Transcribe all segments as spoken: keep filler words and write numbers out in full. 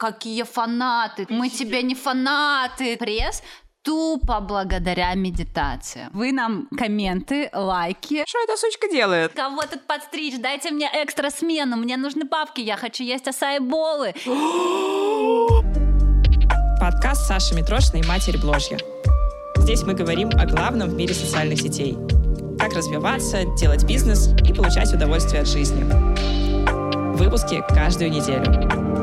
какие фанаты, мы тебе не фанаты. Пресс тупо благодаря медитации. Вы нам комменты, лайки. Что эта сучка делает? Кого тут подстричь? Дайте мне экстра смену, мне нужны бабки, я хочу есть асаи-болы. Подкаст Саши Митрошиной «Матерь Бложья». Здесь мы говорим о главном в мире социальных сетей. Как развиваться, делать бизнес и получать удовольствие от жизни. Выпуски каждую неделю.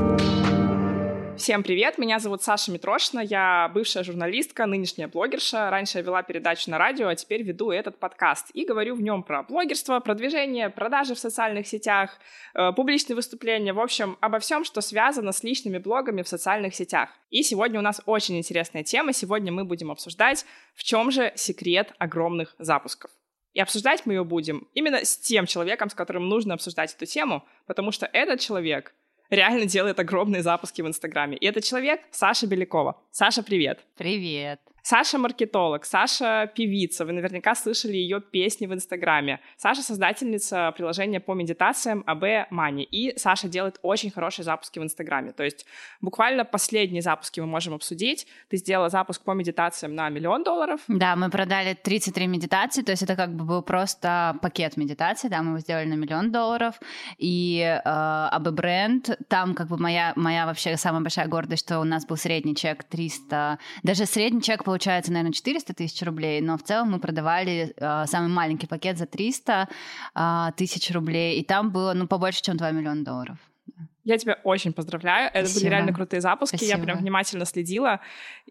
Всем привет, меня зовут Саша Митрошина, я бывшая журналистка, нынешняя блогерша. Раньше я вела передачу на радио, а теперь веду этот подкаст. И говорю в нем про блогерство, продвижение, продажи в социальных сетях, э, публичные выступления, в общем, обо всем, что связано с личными блогами в социальных сетях. И сегодня у нас очень интересная тема. Сегодня мы будем обсуждать, в чем же секрет огромных запусков. И обсуждать мы ее будем именно с тем человеком, с которым нужно обсуждать эту тему, потому что этот человек реально делает огромные запуски в Инстаграме. И этот человек Саша Белякова. Саша, привет. Привет. Саша маркетолог, Саша певица. Вы наверняка слышали ее песни в Инстаграме. Саша создательница приложения по медитациям эй би Money. И Саша делает очень хорошие запуски в Инстаграме. То есть буквально последние запуски мы можем обсудить. Ты сделала запуск по медитациям на миллион долларов. Да, мы продали тридцать три медитации, то есть это как бы был просто пакет медитаций, да, мы его сделали на миллион долларов. И э, эй би бренд, там как бы моя, моя вообще самая большая гордость, что у нас был средний чек триста, даже средний чек получается, наверное, четыреста тысяч рублей, но в целом мы продавали э, самый маленький пакет за триста тысяч рублей, и там было, ну, побольше, чем два миллиона долларов. Я тебя очень поздравляю. Это Спасибо. были реально крутые запуски. Спасибо. Я прям внимательно следила.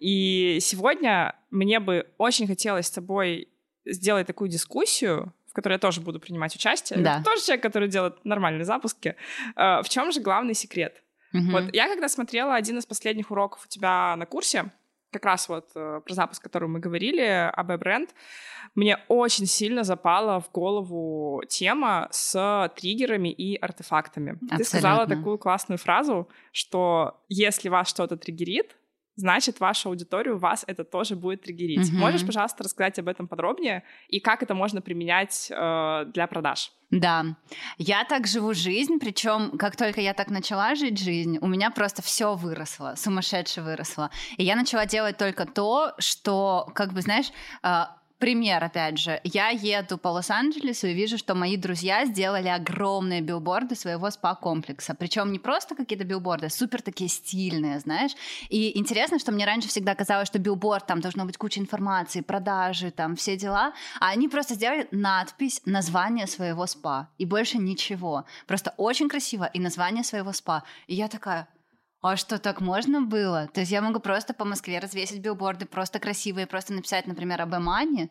И сегодня мне бы очень хотелось с тобой сделать такую дискуссию, в которой я тоже буду принимать участие. Да. Это тоже человек, который делает нормальные запуски. В чем же главный секрет? Угу. Вот я когда смотрела один из последних уроков у тебя на курсе, как раз вот э, про запуск, о котором мы говорили, эй би бренд, мне очень сильно запала в голову тема с триггерами и артефактами. Абсолютно. Ты сказала такую классную фразу, что если вас что-то триггерит, значит, вашу аудиторию, вас это тоже будет триггерить. Угу. Можешь, пожалуйста, рассказать об этом подробнее и как это можно применять э, для продаж? Да, я так живу жизнь, причем как только я так начала жить жизнь, у меня просто все выросло, сумасшедше выросло. И я начала делать только то, что, как бы, знаешь, пример, опять же, я еду по Лос-Анджелесу и вижу, что мои друзья сделали огромные билборды своего спа-комплекса. Причем не просто какие-то билборды, а супер такие стильные, знаешь. И интересно, что мне раньше всегда казалось, что билборд, там должно быть куча информации, продажи, там все дела. А они просто сделали надпись, название своего спа. И больше ничего. Просто очень красиво и название своего спа. И я такая... А что, так можно было? То есть я могу просто по Москве развесить билборды, просто красивые, просто написать, например, эй би Money.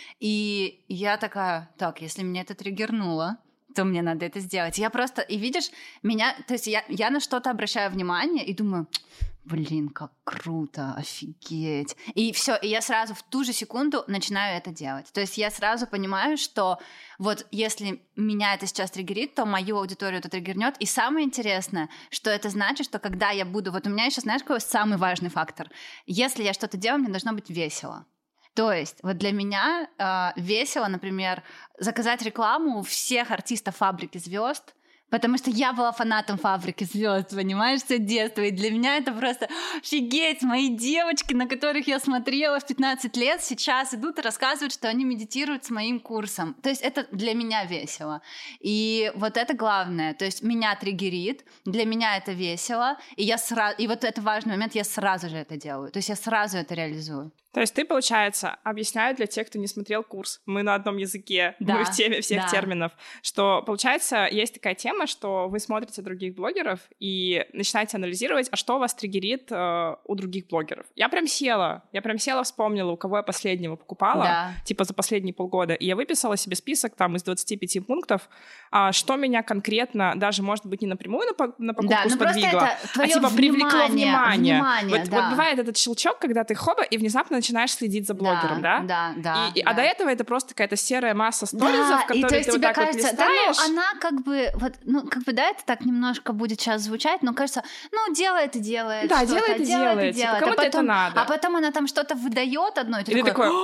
И я такая, так, если меня это триггернуло, то мне надо это сделать. Я просто, и видишь, меня, то есть я, я на что-то обращаю внимание и думаю, блин, как круто, офигеть. И все, и я сразу в ту же секунду начинаю это делать. То есть я сразу понимаю, что вот если меня это сейчас триггерит, то мою аудиторию это триггернет. И самое интересное, что это значит, что когда я буду... Вот у меня еще, знаешь, какой самый важный фактор? Если я что-то делаю, мне должно быть весело. То есть вот для меня э, весело, например, заказать рекламу у всех артистов «Фабрики звезд», потому что я была фанатом «Фабрики звезд», понимаешь, все детство. И для меня это просто офигеть. Мои девочки, на которых я смотрела в пятнадцать лет, сейчас идут и рассказывают, что они медитируют с моим курсом. То есть это для меня весело. И вот это главное. То есть меня триггерит, для меня это весело. И, я сразу, и вот это важный момент, я сразу же это делаю. То есть я сразу это реализую. То есть ты, получается, объясняю для тех, кто не смотрел курс, мы на одном языке, да, мы в теме всех да. терминов, что, получается, есть такая тема, что вы смотрите других блогеров и начинаете анализировать, а что вас триггерит э, у других блогеров. Я прям села, я прям села, вспомнила, у кого я последнего покупала, да. типа за последние полгода, и я выписала себе список там из двадцати пяти пунктов, а, что меня конкретно, даже, может быть, не напрямую на, по- на покупку да, сподвигло, а типа внимание, привлекло внимание. внимание вот, да. вот бывает этот щелчок, когда ты хоба, и внезапно начинаешь следить за блогером, да? Да, да, да. И, и, да. А до этого это просто какая-то серая масса сторизов, да, которые и, то есть ты тебе вот так кажется, вот листаешь. Да, ну, она как бы, вот, ну, как бы, да, это так немножко будет сейчас звучать, но кажется, ну, делает и делает. Да, делает и делает. Типа, кому-то а потом, это надо. А потом она там что-то выдает одно, и ты и такой... ты такой,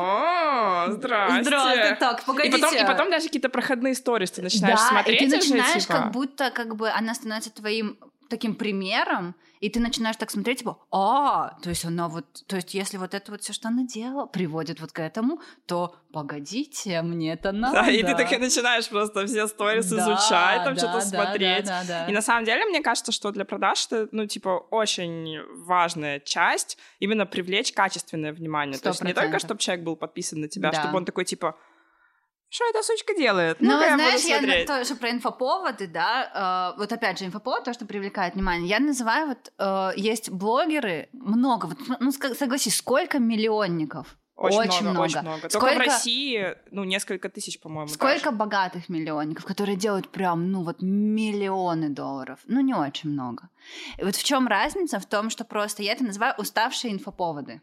о, здрасте. Здрасте, так, погодите. И потом, и потом даже какие-то проходные сторис ты начинаешь да, смотреть. и ты начинаешь уже, типа... как будто, как бы, она становится твоим таким примером, и ты начинаешь так смотреть, типа, а, то есть она вот, то есть если вот это вот все, что она делала, приводит вот к этому, то погодите, мне это надо. Да, и ты так и начинаешь просто все сторис да, изучать, там да, что-то да, смотреть. Да, да, да. И на самом деле, мне кажется, что для продаж это, ну, типа, очень важная часть именно привлечь качественное внимание. сто процентов. То есть не только, чтобы человек был подписан на тебя, да. чтобы он такой, типа, что эта сучка делает? Ну, я знаешь, я тоже про инфоповоды, да, э, вот опять же, инфоповод, то, что привлекает внимание, я называю, вот, э, есть блогеры, много, вот, ну, согласись, сколько миллионников? Очень, очень много, много, очень много. Сколько... Только в России, ну, несколько тысяч, по-моему, Сколько даже. богатых миллионников, которые делают прям, ну, вот миллионы долларов? Ну, не очень много. И вот в чем разница? В том, что просто я это называю уставшие инфоповоды.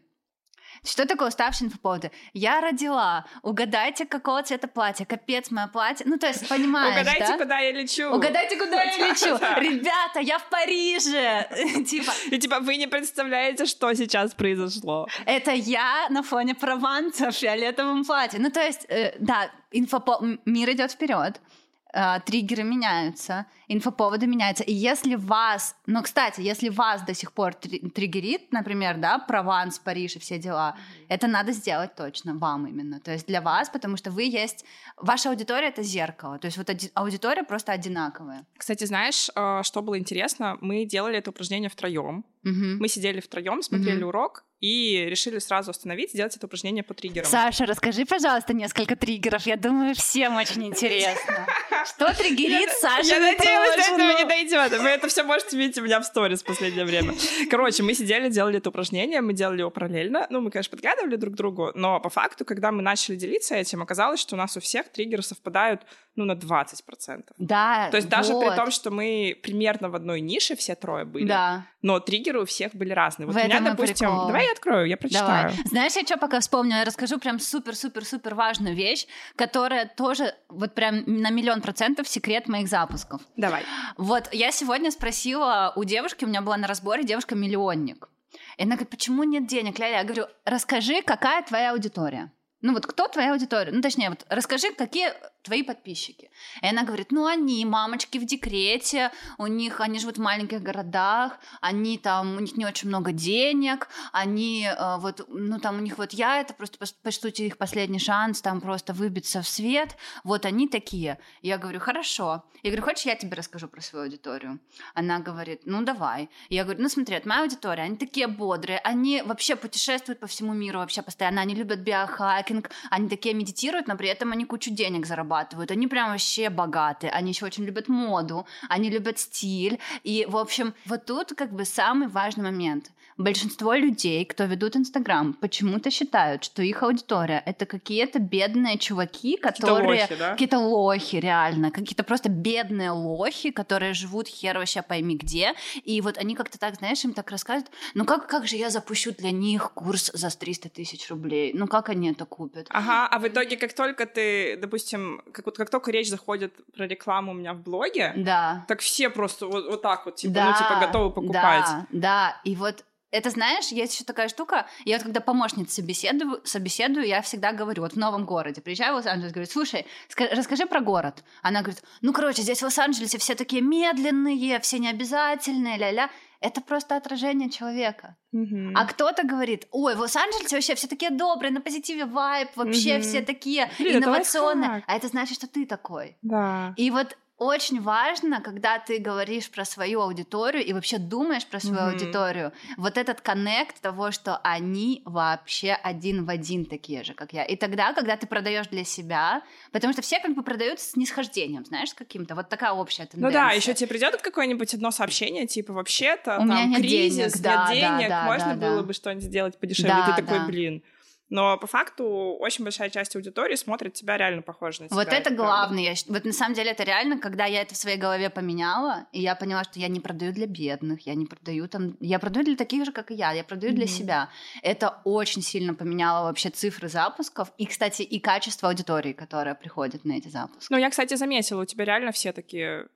Что такое уставшие инфоповоды? Я родила, угадайте, какого цвета платье, капец, мое платье. Ну, то есть, понимаешь, угадайте, да? куда я лечу. Угадайте, куда я лечу. Ребята, я в Париже. Типа. И типа вы не представляете, что сейчас произошло. Это я на фоне Прованса в фиолетовом платье. Ну, то есть, э, да, инфопо... мир идет вперед. Триггеры меняются, инфоповоды меняются. И если вас... Ну, кстати, если вас до сих пор триггерит, например, да, Прованс, Париж и все дела, mm-hmm. это надо сделать точно, вам именно. То есть для вас, потому что вы есть... Ваша аудитория — это зеркало. То есть вот аудитория просто одинаковая. Кстати, знаешь, что было интересно? Мы делали это упражнение втроем. Mm-hmm. Мы сидели втроем, смотрели mm-hmm. урок, и решили сразу остановить, сделать это упражнение по триггерам. Саша, расскажи, пожалуйста, несколько триггеров. Я думаю, всем очень интересно. Что триггерит Сашу? Я надеялась, до этого не дойдет. Вы это все можете видеть у меня в сторис в последнее время. Короче, мы сидели, делали это упражнение, мы делали его параллельно. Ну, мы, конечно, подглядывали друг к другу, но по факту, когда мы начали делиться этим, оказалось, что у нас у всех триггеры совпадают, ну, на двадцать процентов. Да, То есть даже вот. при том, что мы примерно в одной нише все трое были, да. но триггеры у всех были разные. Вот в у меня, допустим... Прикол. Давай я открою, я прочитаю. Давай. Знаешь, я что пока вспомню? Я расскажу прям супер-супер-супер важную вещь, которая тоже вот прям на миллион процентов секрет моих запусков. Давай. Вот я сегодня спросила у девушки, у меня была на разборе девушка-миллионник. И она говорит, почему нет денег, Ляля? Я говорю, расскажи, какая твоя аудитория? Ну вот кто твоя аудитория? Ну точнее, вот расскажи, какие твои подписчики. И она говорит, ну они, мамочки в декрете, у них, они живут в маленьких городах, они там, у них не очень много денег, они э, вот, ну там у них вот я, это просто, по сути, их последний шанс там просто выбиться в свет, вот они такие. Я говорю, хорошо. Я говорю, хочешь, я тебе расскажу про свою аудиторию? Она говорит, ну давай. Я говорю, ну смотри, вот моя аудитория, они такие бодрые, они вообще путешествуют по всему миру вообще постоянно, они любят биохакинг, они такие медитируют, но при этом они кучу денег зарабатывают. Они прям вообще богатые, они еще очень любят моду, они любят стиль. И, в общем, вот тут как бы самый важный момент. Большинство людей, кто ведут Инстаграм, почему-то считают, что их аудитория — это какие-то бедные чуваки, которые... Какие-то лохи, да? Какие-то лохи, реально. Какие-то просто бедные лохи, которые живут хер вообще пойми где. И вот они как-то так, знаешь, им так рассказывают, ну как, как же я запущу для них курс за триста тысяч рублей? Ну как они это купят? Ага, а в итоге, как только ты, допустим, как, вот, как только речь заходит про рекламу у меня в блоге, да. так все просто вот, вот так вот, типа, да, ну, типа, готовы покупать. Да, да, и вот это, знаешь, есть еще такая штука, я вот когда помощница собеседую, собеседую, я всегда говорю, вот в новом городе, приезжаю в Лос-Анджелес, говорю, слушай, расскажи про город. Она говорит, ну, короче, здесь в Лос-Анджелесе все такие медленные, все необязательные, ля-ля. Это просто отражение человека. Mm-hmm. А кто-то говорит, ой, в Лос-Анджелесе вообще все такие добрые, на позитиве вайб, вообще mm-hmm. все такие Блин, инновационные. А это значит, что ты такой. Да. И вот очень важно, когда ты говоришь про свою аудиторию и вообще думаешь про свою mm-hmm. аудиторию, вот этот коннект того, что они вообще один в один такие же, как я. И тогда, когда ты продаешь для себя, потому что все как бы продают с нисхождением, знаешь, с каким-то. Вот такая общая тенденция. Ну да, еще тебе придет какое-нибудь одно сообщение, типа, вообще-то, у там, меня нет кризис, денег, нет да, денег, да, можно да, было да. бы что-нибудь сделать подешевле. Да, ты такой, да. блин. Но по факту очень большая часть аудитории смотрит тебя реально похоже на тебя. Вот это главное. Вот на самом деле это реально, когда я это в своей голове поменяла, и я поняла, что я не продаю для бедных, я не продаю там... Я продаю для таких же, как и я, я продаю mm-hmm. для себя. Это очень сильно поменяло вообще цифры запусков и, кстати, и качество аудитории, которая приходит на эти запуски. Ну, я, кстати, заметила, у тебя реально все такие...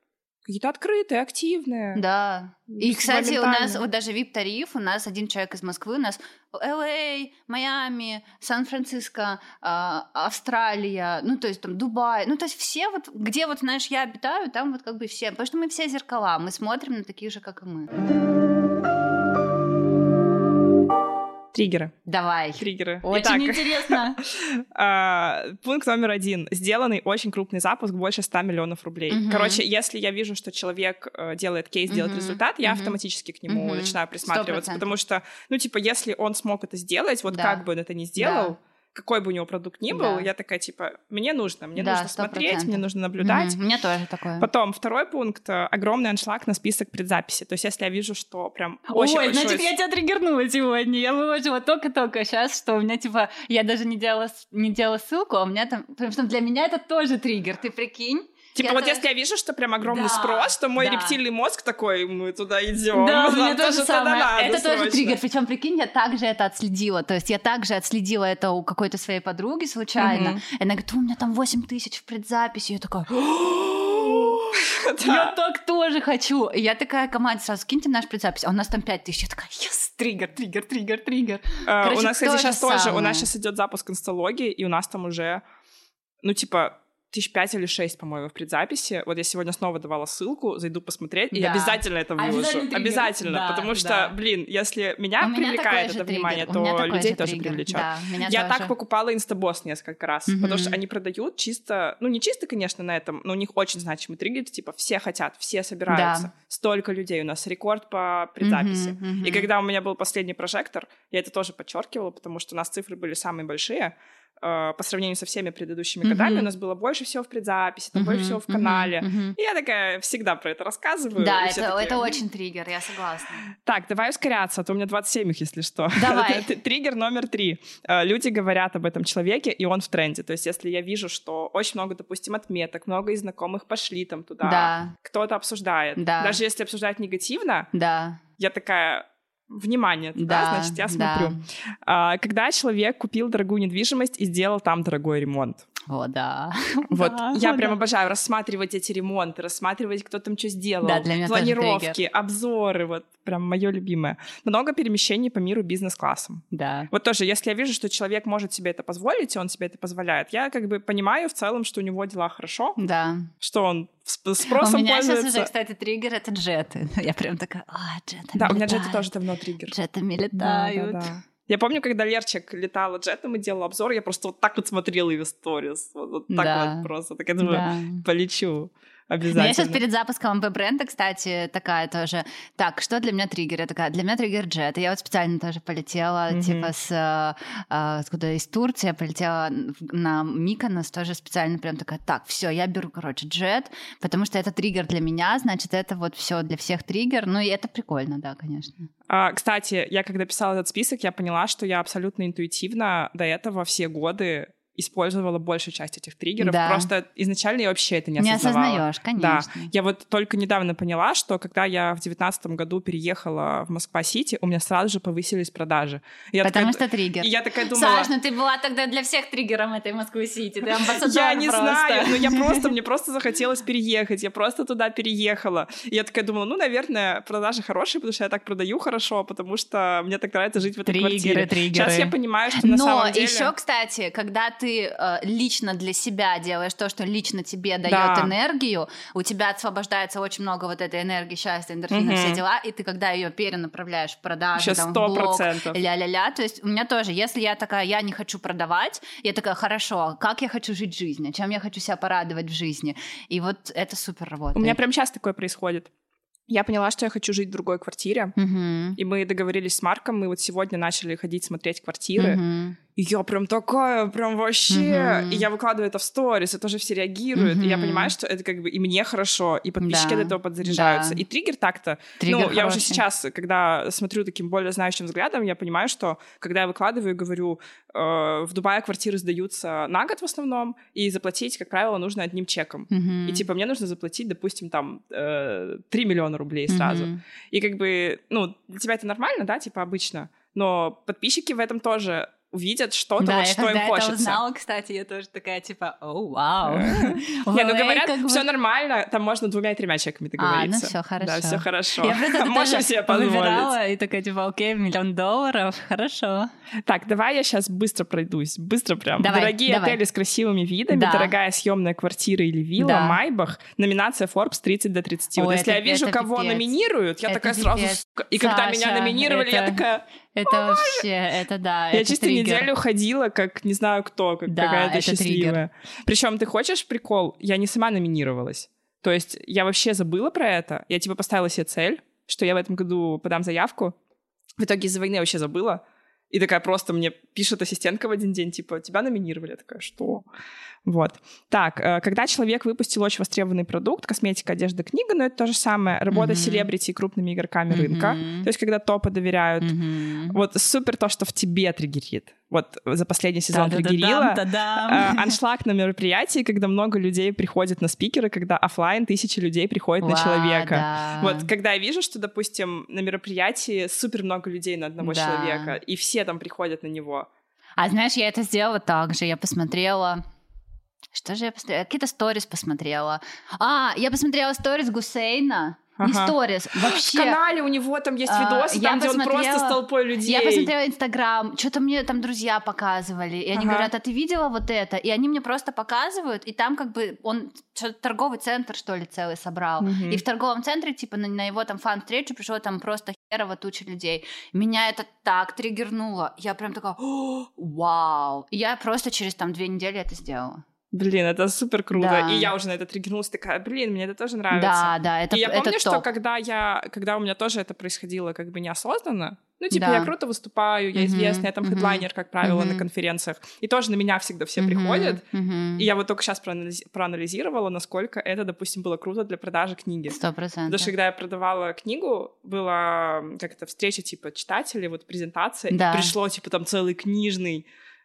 какие-то открытые, активные. Да. И, кстати, у нас вот даже ви ай пи-тариф, у нас один человек из Москвы, у нас эл эй, Майами, Сан-Франциско, Австралия, ну, то есть там Дубай, ну, то есть все вот, где вот, знаешь, я обитаю, там вот как бы все, потому что мы все зеркала, мы смотрим на таких же, как и мы. Триггеры. Давай. Триггеры. Очень Итак, интересно. Пункт номер один. Сделанный очень крупный запуск, больше ста миллионов рублей. Uh-huh. Короче, если я вижу, что человек делает кейс, uh-huh. делает результат, я uh-huh. автоматически к нему uh-huh. начинаю присматриваться. сто процентов. Потому что, ну, типа, если он смог это сделать, вот да. как бы он это ни сделал, да. какой бы у него продукт ни был, да. я такая, типа, мне нужно, мне да, нужно сто процентов. Смотреть, мне нужно наблюдать. Mm-hmm. У меня тоже такое. Потом, второй пункт, огромный аншлаг на список предзаписи. То есть, если я вижу, что прям очень Ой, большой... значит, я тебя триггернула сегодня. Я выложила только-только сейчас, что у меня, типа, я даже не делала, не делала ссылку, а у меня там... Потому что для меня это тоже триггер, ты прикинь. Типа я вот тоже... если я вижу, что прям огромный да, спрос, то мой да. рептильный мозг такой, мы туда идем. Да, у меня тоже самое. Это срочно. тоже триггер. Причем, прикинь, я также это отследила. То есть я также отследила это у какой-то своей подруги случайно. Mm-hmm. И она говорит, у меня там восемь тысяч в предзаписи. Я такая... Я так тоже хочу. И я такая команде сразу, киньте наш предзапись. А у нас там пять тысяч. Я такая, yes, триггер, триггер, триггер, триггер. У нас, кстати, сейчас тоже, у нас сейчас идет запуск инсталогии, и у нас там уже, ну, типа... тысяч пять или шесть, по-моему, в предзаписи. Вот я сегодня снова давала ссылку, зайду посмотреть, да. и обязательно это выложу. Обязательно, обязательно да, потому что, да. блин, если меня У привлекает меня это внимание, то людей тоже триггер. привлечет. Да, я тоже. Так покупала Инстабосс несколько раз, mm-hmm. потому что они продают чисто, ну, не чисто, конечно, на этом, но у них очень значимый триггер, типа все хотят, все собираются. Да. Столько людей, у нас рекорд по предзаписи. Mm-hmm, mm-hmm. И когда у меня был последний прожектор, я это тоже подчеркивала, потому что у нас цифры были самые большие, по сравнению со всеми предыдущими uh-huh. годами, у нас было больше всего в предзаписи, там uh-huh. больше всего в канале. Uh-huh. И я такая всегда про это рассказываю. Да, это, такие... это очень триггер, я согласна. Так, давай ускоряться, а то у меня двадцать семь их, если что. Давай. Триггер номер три. Люди говорят об этом человеке, и он в тренде. То есть если я вижу, что очень много, допустим, отметок, много из знакомых пошли там туда, да. кто-то обсуждает. Да. Даже если обсуждают негативно, да. я такая... Внимание, да, да, значит, я смотрю. Да. А, когда человек купил дорогую недвижимость и сделал там дорогой ремонт. О, да. Вот да, я о, прям да. обожаю рассматривать эти ремонты, рассматривать, кто там что сделал. Да, для меня планировки, обзоры, вот прям мое любимое. Много перемещений по миру бизнес-классом. Да. Вот тоже, если я вижу, что человек может себе это позволить, и он себе это позволяет, я как бы понимаю в целом, что у него дела хорошо. Да. Что он спросом у меня пользуется. Сейчас уже, кстати, триггер — это джеты. Я прям такая, а, джетами Да, летают. у меня джеты тоже давно триггер. Джетами летают. Да, да, да. Я помню, когда Лерчик летала джетом и делала обзор, я просто вот так вот смотрела ее сторис. Вот, вот так да. вот просто. Так я думаю, да. полечу. Обязательно. Я сейчас перед запуском эм пэ бренда, кстати, такая тоже. Так, что для меня триггер? Я такая, для меня триггер джет. И я вот специально тоже полетела, mm-hmm. типа, с, э, откуда, из Турции, я полетела на Миконос, тоже специально прям такая, так, все, я беру, короче, джет, потому что это триггер для меня, значит, это вот все для всех триггер. Ну, и это прикольно, да, конечно. А, кстати, я когда писала этот список, я поняла, что я абсолютно интуитивно до этого все годы использовала большую часть этих триггеров. Да. Просто изначально я вообще это не осознавала. Не осознаешь, конечно. Да. Я вот только недавно поняла, что когда я в девятнадцатом году переехала в Москва-Сити, у меня сразу же повысились продажи. Я Потому такая... что триггер. И я такая думала... Саш, ну ты была тогда для всех триггером этой Москвы-Сити. Ты амбассадор Я не просто. знаю, но я просто... Мне просто захотелось переехать. Я просто туда переехала. И я такая думала, ну, наверное, продажи хорошие, потому что я так продаю хорошо, потому что мне так нравится жить в этой триггеры, квартире. Триггеры. Сейчас я понимаю, что на но самом деле... Но еще, кстати, когда ты э, лично для себя делаешь то, что лично тебе дает да. энергию, у тебя освобождается очень много вот этой энергии, счастья, эндорфина, угу. все дела, и ты когда ее перенаправляешь в продажу, сейчас там, сто в блог, процентов. ля-ля-ля, то есть у меня тоже, если я такая, я не хочу продавать, я такая, хорошо, как я хочу жить жизнь, чем я хочу себя порадовать в жизни, и вот это супер работает. У меня прям сейчас такое происходит. Я поняла, что я хочу жить в другой квартире, uh-huh. и мы договорились с Марком, мы вот сегодня начали ходить смотреть квартиры, uh-huh. и я прям такая, прям вообще, uh-huh. и я выкладываю это в сторис, и тоже все реагируют, uh-huh. и я понимаю, что это как бы и мне хорошо, и подписчики да. от этого подзаряжаются, да. и триггер так-то, триггер ну, хороший. Я уже сейчас, когда смотрю таким более знающим взглядом, я понимаю, что когда я выкладываю и говорю, э, в Дубае квартиры сдаются на год в основном, и заплатить, как правило, нужно одним чеком, uh-huh. и типа мне нужно заплатить, допустим, там э, три миллиона рублей сразу. Uh-huh. И как бы, ну, для тебя это нормально, да, типа обычно, но подписчики в этом тоже увидят что-то, да, вот, что им хочется. Да, я когда это узнала, кстати, я тоже такая, типа, о, вау. Не, ну говорят, все нормально, там можно двумя и тремя человеками договориться. А, ну все хорошо. Да, все хорошо. Я просто Можем себе позволить. Выбирала и такая, типа, окей, миллион долларов, хорошо. Так, давай я сейчас быстро пройдусь, быстро прям. Давай, Дорогие давай. отели с красивыми видами, да. дорогая съемная квартира или вилла, да. Майбах, номинация Forbes тридцать до тридцати. Ой, вот если это, я вижу, это кого пипец. номинируют, я это такая пипец. сразу... И Саша, когда меня номинировали, это... я такая... Это вообще, это да, Я это чисто триггер. неделю ходила, как не знаю кто, как да, какая-то это счастливая. Причем ты хочешь прикол? Я не сама номинировалась. То есть я вообще забыла про это. Я типа поставила себе цель, что я в этом году подам заявку. В итоге из-за войны вообще забыла. И такая просто мне пишет ассистентка в один день, типа, тебя номинировали. Я такая, что? Вот. Так, когда человек выпустил очень востребованный продукт, косметика, одежда, книга, но это то же самое. Работа mm-hmm. с селебрити и крупными игроками mm-hmm. рынка. То есть когда топы доверяют. Mm-hmm. Вот супер то, что в тебе триггерит. Вот за последний сезон триггерила. Аншлаг на мероприятии, когда много людей приходят на спикеры, когда офлайн тысячи людей приходят Wow, на человека. да. Вот когда я вижу, что, допустим, на мероприятии супер много людей на одного да. человека, и все там приходят на него. А знаешь, я это сделала так же. Я посмотрела... Что же я посмотрела? Какие-то сторис посмотрела. А, я посмотрела сторис Гусейна. Не Ага. сторис, вообще. В канале у него там есть видосы, а, там, где он просто с толпой людей. Я посмотрела Инстаграм, что-то мне там друзья показывали, и они ага. говорят, а ты видела вот это? И они мне просто показывают, и там как бы он что-то торговый центр, что ли, целый собрал. Угу. И в торговом центре, типа, на, на его там фан-встречу пришло там просто херово туча людей. Меня это так триггернуло. Я прям такая, вау. И я просто через там две недели это сделала. Блин, это супер круто. Да. И я уже на это триггернулась, такая, блин, мне это тоже нравится. Да, да, это И я это помню, топ. что когда я, когда у меня тоже это происходило как бы неосознанно, ну, типа, Да. я круто выступаю, я Мгм, известная, я там мгм, хедлайнер, как правило, мгм. на конференциях. И тоже на меня всегда все Мгм, приходят. мгм. И я вот только сейчас проанализ... проанализировала, насколько это, допустим, было круто для продажи книги. Сто Потому процентов. что когда я продавала книгу, была как-то встреча типа читателей, вот презентация, Да. и пришло типа там целый книжный,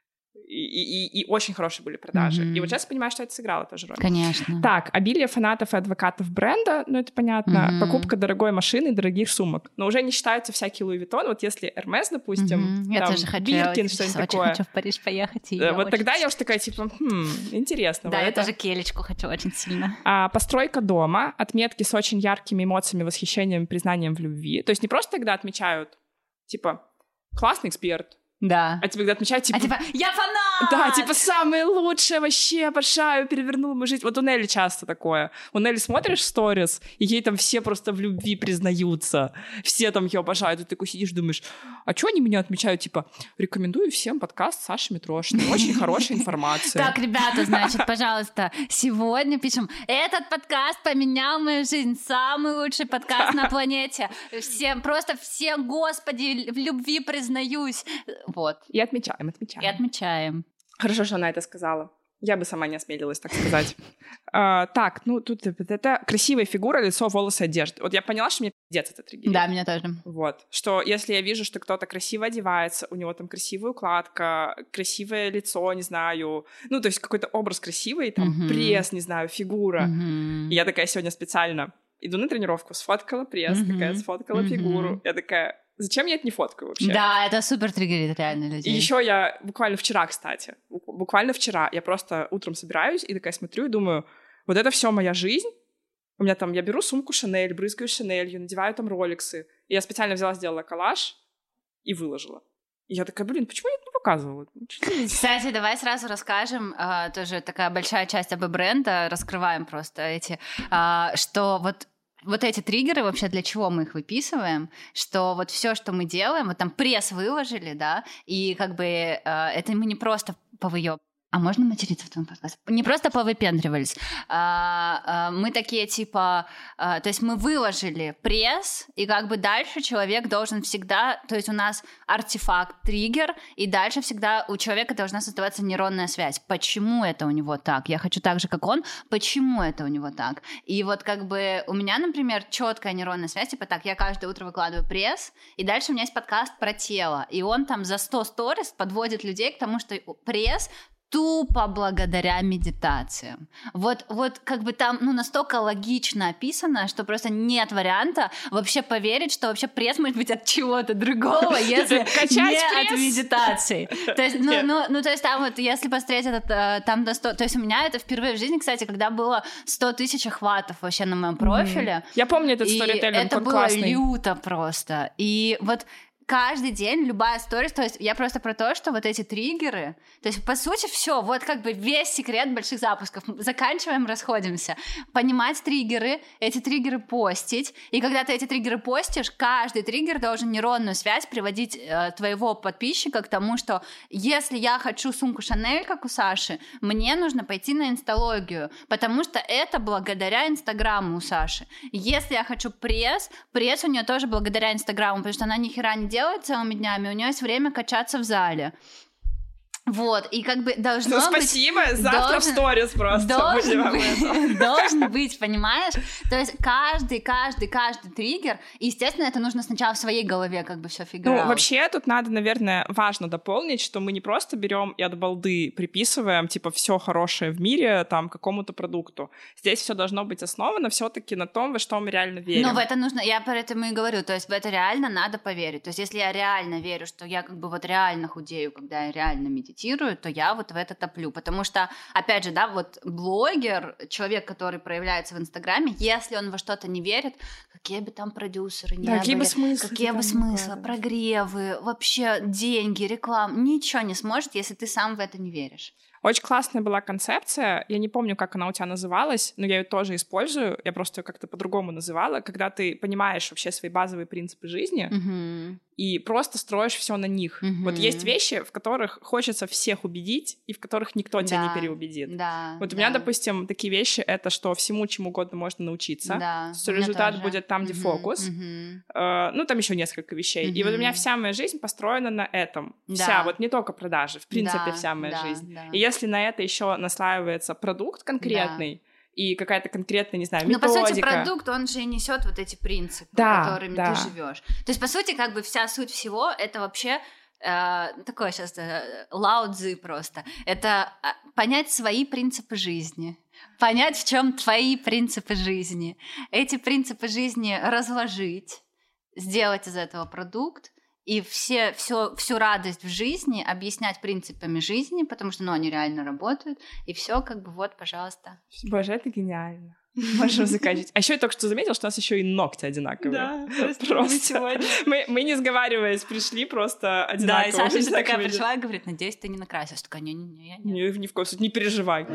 и, и, и очень хорошие были продажи. Мгм. И вот сейчас я понимаю, что это сыграло тоже роль. Конечно. Так, обилие фанатов и адвокатов бренда, ну это понятно, Мгм. покупка дорогой машины и дорогих сумок. Но уже не считаются всякие Луи Виттон. Вот если Эрмес, допустим, Мгм. Я там, тоже хочу. Биркин, я что-нибудь очень такое. хочу в Париж поехать. И Э, я Вот очень- тогда я уже такая, типа, хм, интересно. Да, вот я это. тоже келечку хочу очень сильно. А, постройка дома, отметки с очень яркими эмоциями, восхищением, признанием в любви. То есть не просто тогда отмечают, типа, классный эксперт, Да. а тебе когда отмечают, типа, А типа, я фанат! да, типа, самое лучшее, вообще, обожаю, перевернул мою жизнь. Вот у Нелли часто такое. У Нелли смотришь сторис, и ей там все просто в любви признаются. Все там ее обожают. И ты такой сидишь, думаешь, а что они меня отмечают? Типа, рекомендую всем подкаст Саши Митрошиной. Очень хорошая информация. Так, ребята, значит, пожалуйста, сегодня пишем, этот подкаст поменял мою жизнь, самый лучший подкаст на планете. Всем, просто всем, господи, в любви признаюсь. Вот. И отмечаем, отмечаем. И отмечаем. Хорошо, что она это сказала. Я бы сама не осмелилась так сказать. А, так, ну тут это красивая фигура, лицо, волосы, одежда. Вот я поняла, что мне пиздец это триггерит. Да, меня тоже. Вот. Что если я вижу, что кто-то красиво одевается, у него там красивая укладка, красивое лицо, не знаю, ну, то есть какой-то образ красивый, там, Мгм. пресс, не знаю, фигура. Мгм. И я такая сегодня специально иду на тренировку, сфоткала пресс, Мгм. такая сфоткала Мгм. фигуру. Я такая, зачем я это не фоткаю вообще? Да, это супер триггерит реально И людей. еще я буквально вчера, кстати, бу- буквально вчера я просто утром собираюсь и такая смотрю и думаю, вот это все моя жизнь. У меня там, я беру сумку Шанель, брызгаю Шанелью, надеваю там роликсы. И я специально взяла, сделала коллаж и выложила. И я такая, блин, почему я это не показывала? Кстати, давай сразу расскажем, а, тоже такая большая часть об бренда, раскрываем просто эти, а, что вот вот эти триггеры вообще для чего мы их выписываем, что вот все, что мы делаем, вот там пресс выложили, да, и как бы э, это мы не просто повыёб. А можно материться в твоем подкасте? Не просто повыпендривались. А, а, мы такие типа... А, то есть мы выложили пресс, и как бы дальше человек должен всегда... То есть у нас артефакт, триггер, и дальше всегда у человека должна создаваться нейронная связь. Почему это у него так? Я хочу так же, как он. Почему это у него так? И вот как бы у меня, например, четкая нейронная связь, типа так, я каждое утро выкладываю пресс, и дальше у меня есть подкаст про тело, и он там за сто сторис подводит людей к тому, что пресс тупо благодаря медитациям. Вот, вот как бы там ну, настолько логично описано, что просто нет варианта вообще поверить, что вообще пресс может быть от чего-то другого, если не от медитации. То есть, ну, ну, ну, то есть там вот, если посмотреть этот, там до сто... То есть у меня это впервые в жизни, кстати, когда было сто тысяч охватов вообще на моем профиле. Я помню этот сторителлинг, это он было классный. Люто просто. И вот каждый день любая сторис, то есть я просто про то, что вот эти триггеры, то есть по сути все, вот как бы весь секрет больших запусков. Заканчиваем, расходимся. Понимать триггеры, эти триггеры постить, и когда ты эти триггеры постишь, каждый триггер должен нейронную связь приводить э, твоего подписчика к тому, что если я хочу сумку Шанель, как у Саши, мне нужно пойти на инсталогию, потому что это благодаря Инстаграму у Саши. Если я хочу пресс, пресс у нее тоже благодаря Инстаграму, потому что она ни хера не делает целыми днями, у нее есть время качаться в зале. Вот, и как бы должно ну, спасибо, быть... завтра должен, в сторис просто. Должен быть, должен быть, понимаешь? То есть каждый, каждый, каждый триггер, и, естественно, это нужно сначала в своей голове как бы все фигурировать. Ну, вообще тут надо, наверное, важно дополнить, что мы не просто берем и от балды приписываем, типа, все хорошее в мире, там, какому-то продукту. Здесь все должно быть основано все-таки на том, во что мы реально верим. Но в это нужно, я поэтому и говорю, то есть в это реально надо поверить. То есть если я реально верю, что я как бы вот реально худею, когда я реально медитирую, то я вот в это топлю, потому что, опять же, да, вот блогер, человек, который проявляется в Инстаграме, если он во что-то не верит, какие бы там продюсеры не да, были, какие бы смыслы, какие бы смыслы, прогревы, вообще деньги, реклама, ничего не сможет, если ты сам в это не веришь. Очень классная была концепция, я не помню, как она у тебя называлась, но я ее тоже использую, я просто ее как-то по-другому называла, когда ты понимаешь вообще свои базовые принципы жизни, угу. и просто строишь все на них. Угу. Вот есть вещи, в которых хочется всех убедить, и в которых никто да. тебя не переубедит. Да, вот у да. меня, допустим, такие вещи — это что всему чему угодно можно научиться, да, что результат тоже. будет там, где угу. фокус. Угу. Uh, ну, там еще несколько вещей. Угу. И вот у меня вся моя жизнь построена на этом. Да. Вся, вот не только продажи, в принципе, да, вся моя да, жизнь. Да. И если на это еще наслаивается продукт конкретный, да. и какая-то конкретная, не знаю, методика. Ну, по сути, продукт, он же и несет вот эти принципы, да, которыми да. ты живешь. То есть, по сути, как бы вся суть всего — это вообще э, такое сейчас э, Лао Цзи просто. Это понять свои принципы жизни. Понять, в чем твои принципы жизни. Эти принципы жизни разложить, сделать из этого продукт, и все, все, всю радость в жизни объяснять принципами жизни, потому что, ну, они реально работают, и все как бы вот, пожалуйста. Боже, это гениально. Можем заканчивать. А еще я только что заметила, что у нас еще и ногти одинаковые. Да, просто сегодня. Мы, мы, не сговариваясь, пришли просто одинаково. Да, и Саша же такая пришла и говорит: надеюсь, ты не накрасишь. Такая: не-не-не, я не. Ни в коем случае, не переживай.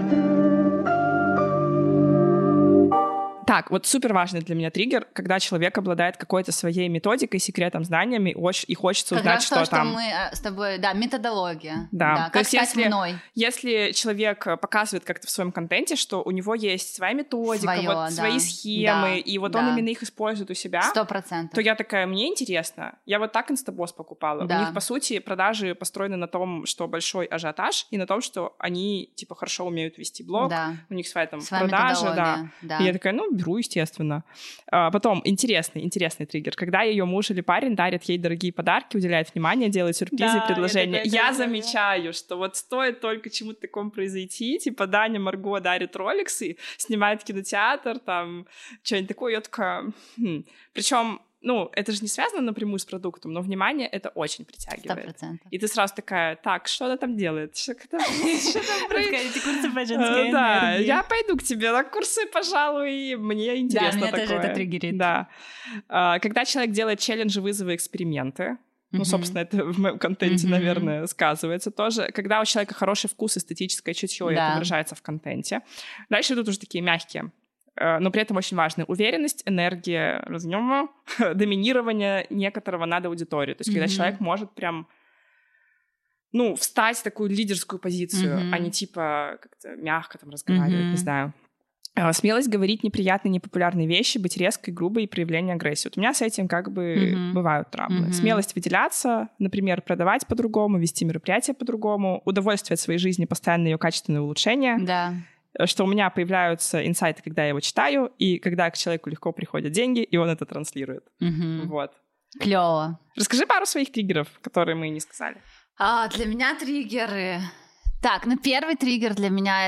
Так, вот супер важный для меня триггер, когда человек обладает какой-то своей методикой, секретом, знаниями, и хочется как узнать, раз что то, там. Что мы с тобой, да, методология. Да, да то как есть стать если, мной. Если человек показывает как-то в своем контенте, что у него есть своя методика, Своё, вот да. свои схемы, да, и вот да. он именно их использует у себя, Сто процентов. то я такая: мне интересно. Я вот так Инстабосс покупала. Да. У них, по сути, продажи построены на том, что большой ажиотаж, и на том, что они, типа, хорошо умеют вести блог, да. у них своя там своя продажа, да. да. И я такая: ну, беру, естественно. А, потом, интересный, интересный триггер. Когда ее муж или парень дарит ей дорогие подарки, уделяет внимание, делает сюрпризы да, и предложения. Я, я замечаю, что вот стоит только чему-то такому произойти, типа Даня Марго дарит роликсы, снимает кинотеатр, там, что-нибудь такое, я такая... Хм. Причем, ну, это же не связано напрямую с продуктом, но внимание это очень притягивает. сто процентов. И ты сразу такая: так, что она там делает? Что там происходит? Курсы по женской Да, я пойду к тебе на курсы, пожалуй, мне интересно такое. Да, меня тоже это триггерит. Да. Когда человек делает челленджи, вызовы, эксперименты, ну, собственно, это в моем контенте, mm-hmm. наверное, сказывается тоже. Когда у человека хороший вкус, эстетическое чутье, да. это выражается в контенте. Дальше идут уже такие мягкие, но при этом очень важны уверенность, энергия, разъема, доминирование некоторого над аудиторией. То есть, когда mm-hmm. человек может прям, ну, встать в такую лидерскую позицию, mm-hmm. а не типа как-то мягко там разговаривать, mm-hmm. не знаю. Смелость говорить неприятные, непопулярные вещи, быть резкой, грубой и проявление агрессии. Вот у меня с этим как бы mm-hmm. бывают травмы. Mm-hmm. Смелость выделяться, например, продавать по-другому, вести мероприятия по-другому, удовольствие от своей жизни, постоянное ее качественное улучшение. Да. Что у меня появляются инсайты, когда я его читаю, и когда к человеку легко приходят деньги, и он это транслирует. Mm-hmm. Вот. Клево. Расскажи пару своих триггеров, которые мы не сказали. А, для меня триггеры... Так, ну первый триггер для меня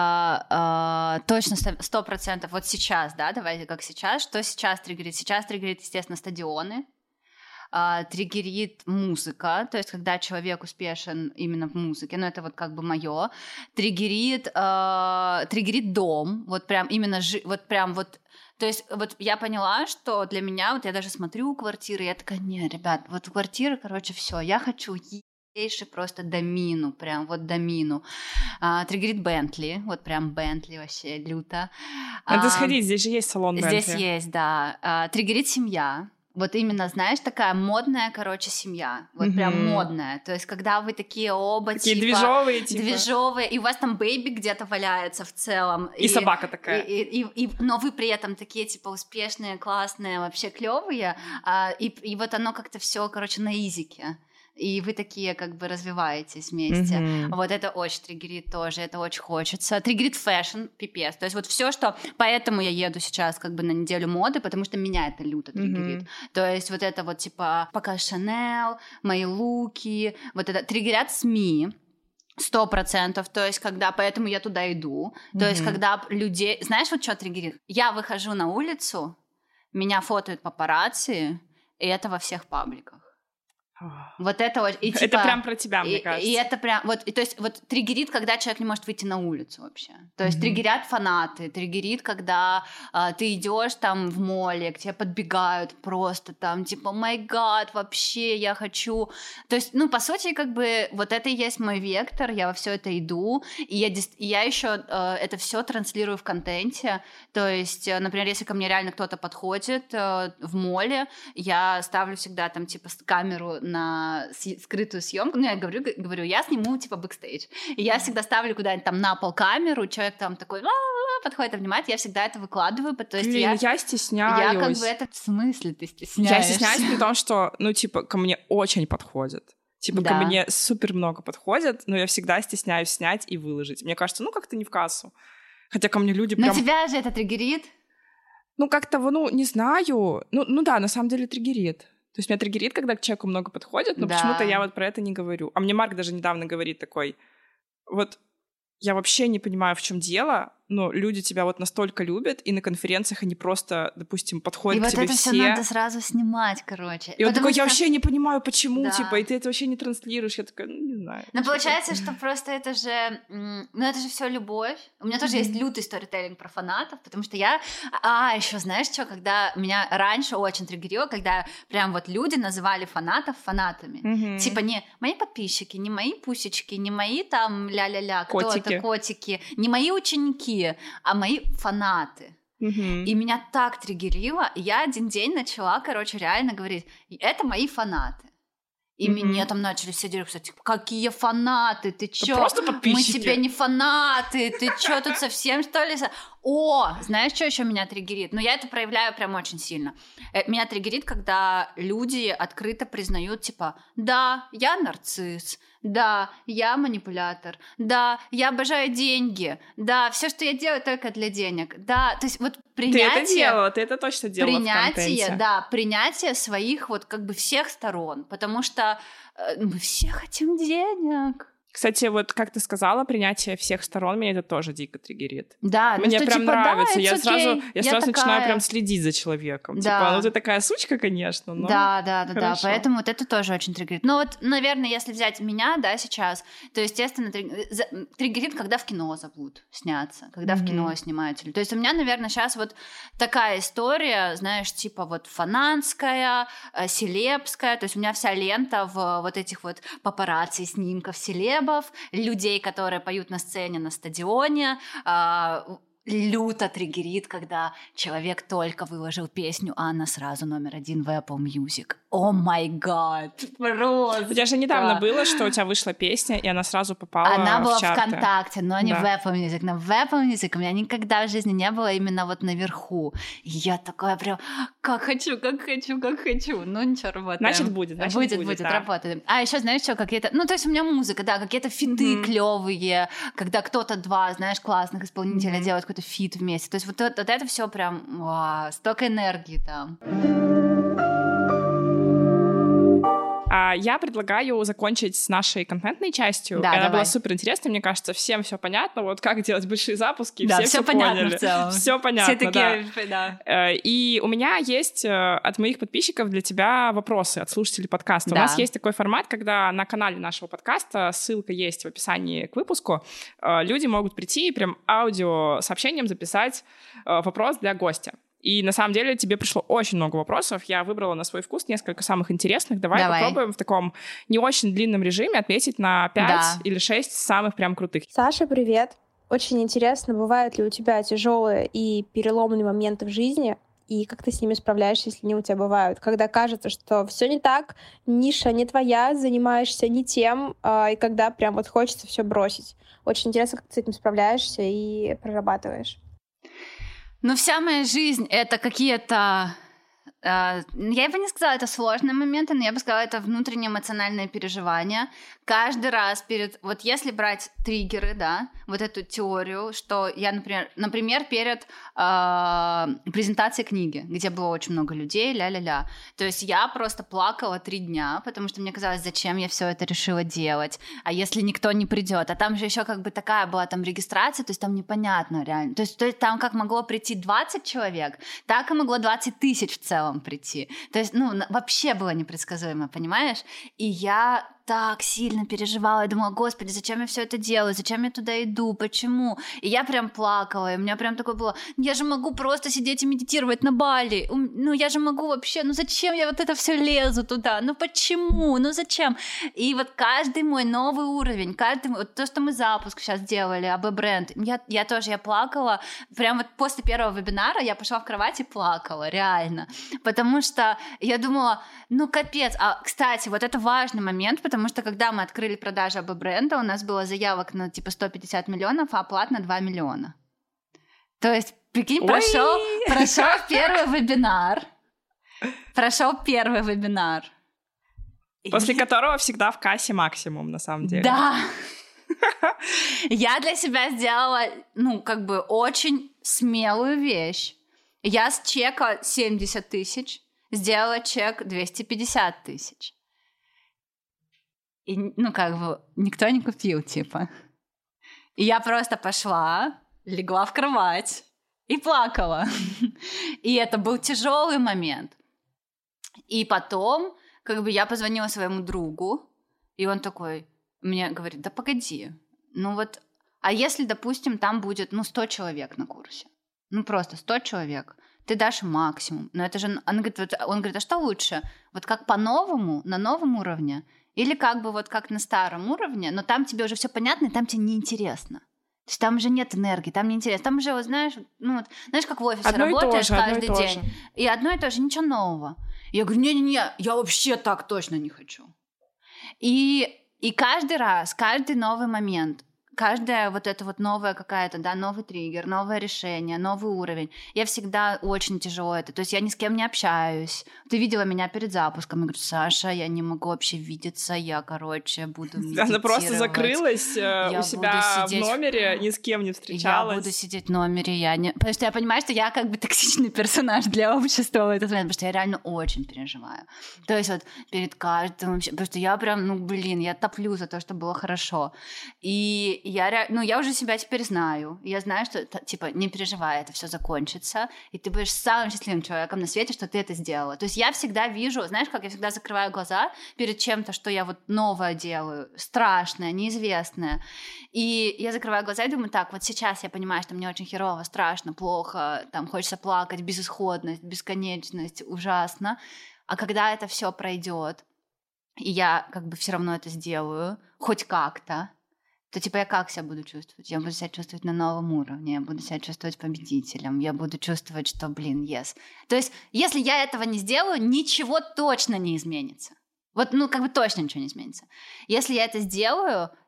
это э, точно сто процентов вот сейчас, да, давайте как сейчас. Что сейчас триггерит? Сейчас триггерит, естественно, стадионы, э, триггерит музыка, то есть когда человек успешен именно в музыке, ну это вот как бы моё, триггерит, э, триггерит дом, вот прям именно, жи- вот прям вот. То есть вот я поняла, что для меня, вот я даже смотрю квартиры, я такая, не, ребят, вот квартиры, короче, все, я хочу просто домину, прям вот домину. А, триггерит Бентли, вот прям Бентли вообще люто. Надо а, сходить, здесь же есть салон Бентли. Здесь есть, да. А, триггерит семья. Вот именно, знаешь, такая модная, короче, семья. Вот mm-hmm. прям модная. То есть, когда вы такие оба, такие типа... движовые, типа. Движовые, и у вас там бэйби где-то валяется в целом. И, и собака такая. И, и, и, и, но вы при этом такие, типа, успешные, классные, вообще клевые. А, и, и вот оно как-то все, короче, на изике. И вы такие как бы развиваетесь вместе. Mm-hmm. Вот это очень триггерит тоже, это очень хочется. Триггерит фэшн, пипец. То есть вот все, что... Поэтому я еду сейчас как бы на неделю моды, потому что меня это люто триггерит. Mm-hmm. То есть вот это вот типа пока Шанель, мои луки, вот это триггерят СМИ. Сто процентов, то есть когда, поэтому я туда иду, mm-hmm. то есть когда людей, знаешь, вот что триггерит? Я выхожу на улицу, меня фотоют папарацци, и это во всех пабликах. Вот это вот, и, типа, это прям про тебя, мне и, кажется. И это прям, вот, и, то есть вот триггерит, когда человек не может выйти на улицу вообще. То есть mm-hmm. триггерят фанаты, триггерит, когда а, ты идешь там в моле, к тебе подбегают просто там, типа, май гад, вообще, я хочу... То есть, ну, по сути, как бы, вот это и есть мой вектор, я во все это иду, и я, и я еще э, это все транслирую в контенте. То есть, э, например, если ко мне реально кто-то подходит э, в моле, я ставлю всегда там, типа, камеру на с- скрытую съемку, ну, я говорю, говорю, я сниму, типа, бэкстейдж. И я всегда ставлю куда-нибудь там на пол камеру, человек там такой ла-ла-ла, подходит, обнимает, я всегда это выкладываю, то есть Блин, я... я стесняюсь. Я как бы это... В смысле ты стесняешься? Я стесняюсь, при том, что, ну, типа, ко мне очень подходят. Типа, да. ко мне супер много подходят, но я всегда стесняюсь снять и выложить. Мне кажется, ну, как-то не в кассу. Хотя ко мне люди прям... Но тебя же это триггерит? Ну, как-то, ну, не знаю. Ну, ну да, на самом деле триггерит. То есть меня триггерит, когда к человеку много подходит, но да. почему-то я вот про это не говорю. А мне Марк даже недавно говорит такой, вот я вообще не понимаю, в чем дело, но люди тебя вот настолько любят, и на конференциях они просто, допустим, подходят и к тебе вот это все. все надо сразу снимать, короче. И он такой, я что... вообще не понимаю, почему, да. типа, и ты это вообще не транслируешь. Я такая, ну, не знаю. Но получается, что просто это же, ну, это же все любовь. У меня тоже mm-hmm. есть лютый сторителлинг про фанатов, потому что я, а, еще знаешь что, когда меня раньше очень триггерило, когда прям вот люди называли фанатов фанатами. Mm-hmm. Типа не мои подписчики, не мои пусечки, не мои там ля-ля-ля, котики. кто-то, котики, не мои ученики, а мои фанаты. Mm-hmm. И меня так триггерило, и я один день начала, короче, реально говорить, это мои фанаты. И mm-hmm. мне там начали все делать, кстати, какие фанаты, ты чё? Просто подписчики. Мы тебе не фанаты, ты чё тут совсем, что ли? О, знаешь, что еще меня триггерит? Ну, я это проявляю прям очень сильно. Меня триггерит, когда люди открыто признают, типа, да, я нарцисс, да, я манипулятор, да, я обожаю деньги, да, все, что я делаю, только для денег, да, то есть вот принятие... Ты это делала, ты это точно делала принятие, в контенте. Да, принятие своих вот как бы всех сторон, потому что э, мы все хотим денег. Кстати, вот как ты сказала, принятие всех сторон, меня это тоже дико триггерит. Да, мне ну, прям типа, нравится. Да, я okay. сразу, я я сразу такая... начинаю прям следить за человеком. Да. Типа, ну ты такая сучка, конечно, но да, да, да, хорошо. да. Поэтому вот это тоже очень триггерит. Но вот, наверное, если взять меня, да, сейчас, то, естественно, триггерит, когда в кино зовут сняться, когда mm-hmm. в кино снимают. То есть у меня, наверное, сейчас вот такая история, знаешь, типа вот фанатская, селебская. То есть у меня вся лента в вот этих вот папарацци снимков селебов, людей, которые поют на сцене на стадионе, люто триггерит, когда человек только выложил песню, а она сразу номер один в Apple Music. О май гад! Просто! У тебя же недавно было, что у тебя вышла песня, и она сразу попала в чарты. Она была в ВКонтакте, но не да. в Apple Music. Но в Apple Music у меня никогда в жизни не было именно вот наверху. И я такая прям, как хочу, как хочу, как хочу. Ну ничего, работаем. Значит, будет, значит, будет. будет, будет, да. работаем. А еще знаешь что, какие-то... Ну, то есть у меня музыка, да, какие-то фиты mm-hmm. клевые, когда кто-то два, знаешь, классных исполнителя mm-hmm. делают какой-то фит вместе. То есть вот, вот, вот это все прям, вау, столько энергии там. А я предлагаю закончить с нашей контентной частью. Да, Она давай. была супер интересной, мне кажется, всем все понятно. Вот как делать большие запуски, да, все все все понятно поняли. В целом. Все понятно, все такие, да. да. И у меня есть от моих подписчиков для тебя вопросы от слушателей подкаста. Да. У нас есть такой формат, когда на канале нашего подкаста, ссылка есть в описании к выпуску, люди могут прийти и прям аудиосообщением записать вопрос для гостя. И на самом деле тебе пришло очень много вопросов. Я выбрала на свой вкус несколько самых интересных. Давай, Давай. попробуем в таком не очень длинном режиме ответить на пять да. или шесть самых прям крутых. Саша, привет. Очень интересно, бывают ли у тебя тяжелые и переломные моменты в жизни, и как ты с ними справляешься, если они у тебя бывают? Когда кажется, что все не так, ниша не твоя, занимаешься не тем, и когда прям вот хочется все бросить. Очень интересно, как ты с этим справляешься и прорабатываешь. Ну, вся моя жизнь — это какие-то... Э, я бы не сказала, это сложные моменты, но я бы сказала, это внутреннее эмоциональное переживание. Каждый раз перед... Вот если брать триггеры, да, вот эту теорию, что я, например, например перед э, презентацией книги, где было очень много людей, ля-ля-ля. То есть я просто плакала три дня, потому что мне казалось, зачем я все это решила делать, а если никто не придет, а там же еще как бы такая была там регистрация, то есть там непонятно реально. То есть, то есть там как могло прийти двадцать человек, так и могло двадцать тысяч в целом прийти. То есть, ну, вообще было непредсказуемо, понимаешь? И я так сильно переживала, я думала, господи, зачем я все это делаю, зачем я туда иду, почему? И я прям плакала, и у меня прям такое было, я же могу просто сидеть и медитировать на Бали, ну я же могу вообще, ну зачем я вот это все лезу туда, ну почему, ну зачем? И вот каждый мой новый уровень, каждый, вот то, что мы запуск сейчас делали, эй би бренд, я, я тоже, я плакала, прям вот после первого вебинара я пошла в кровать и плакала, реально, потому что я думала, ну капец, а, кстати, вот это важный момент, потому Потому что когда мы открыли продажи эй би бренда, у нас было заявок на типа сто пятьдесят миллионов, а оплат на два миллиона. То есть, прикинь, прошел, прошел первый вебинар. Прошел первый вебинар. После И... которого всегда в кассе максимум, на самом деле. Да. Я для себя сделала, ну, как бы очень смелую вещь. Я с чека семьдесят тысяч сделала чек двести пятьдесят тысяч. И, ну, как бы, никто не купил, типа. И я просто пошла, легла в кровать и плакала. И это был тяжелый момент. И потом, как бы, я позвонила своему другу, и он такой мне говорит, да погоди, ну вот, а если, допустим, там будет, ну, сто человек на курсе? Ну, просто сто человек. Ты дашь максимум. Но это же... Он говорит, вот, он говорит, а что лучше? Вот как по-новому, на новом уровне? Или как бы вот как на старом уровне, но там тебе уже все понятно, и там тебе неинтересно. То есть там уже нет энергии, там неинтересно. Там уже, вот, знаешь, ну, вот, знаешь, как в офисе одно работаешь же, каждый и день. И, и одно и то же, ничего нового. Я говорю, не-не-не, я вообще так точно не хочу. И, и каждый раз, каждый новый момент, каждая вот эта вот новая какая-то, да, новый триггер, новое решение, новый уровень. Я всегда очень тяжело это. То есть я ни с кем не общаюсь. Ты видела меня перед запуском. Я говорю, Саша, я не могу вообще видеться. Я, короче, буду медитировать. Она просто закрылась я у себя сидеть... в номере, ни с кем не встречалась. Я буду сидеть в номере. Я не... Потому что я понимаю, что я как бы токсичный персонаж для общества в этот момент, потому что я реально очень переживаю. То есть вот перед каждым вообще... Потому что я прям, ну, блин, я топлю за то, что было хорошо. И Я, ну, я уже себя теперь знаю. Я знаю, что, типа, не переживай, это все закончится, и ты будешь самым счастливым человеком на свете, что ты это сделала. То есть я всегда вижу, знаешь, как я всегда закрываю глаза перед чем-то, что я вот новое делаю, страшное, неизвестное. И я закрываю глаза и думаю, так, вот сейчас я понимаю, что мне очень херово, страшно, плохо, там хочется плакать, безысходность, бесконечность, ужасно. А когда это все пройдет, и я как бы все равно это сделаю, хоть как-то, то типа я как себя буду чувствовать? Я буду себя чувствовать на новом уровне, я буду себя чувствовать победителем, я буду чувствовать, что, блин, yes. То есть, если я этого не сделаю, ничего точно не изменится. Вот, ну, как бы точно ничего не изменится. Если я это сделаю,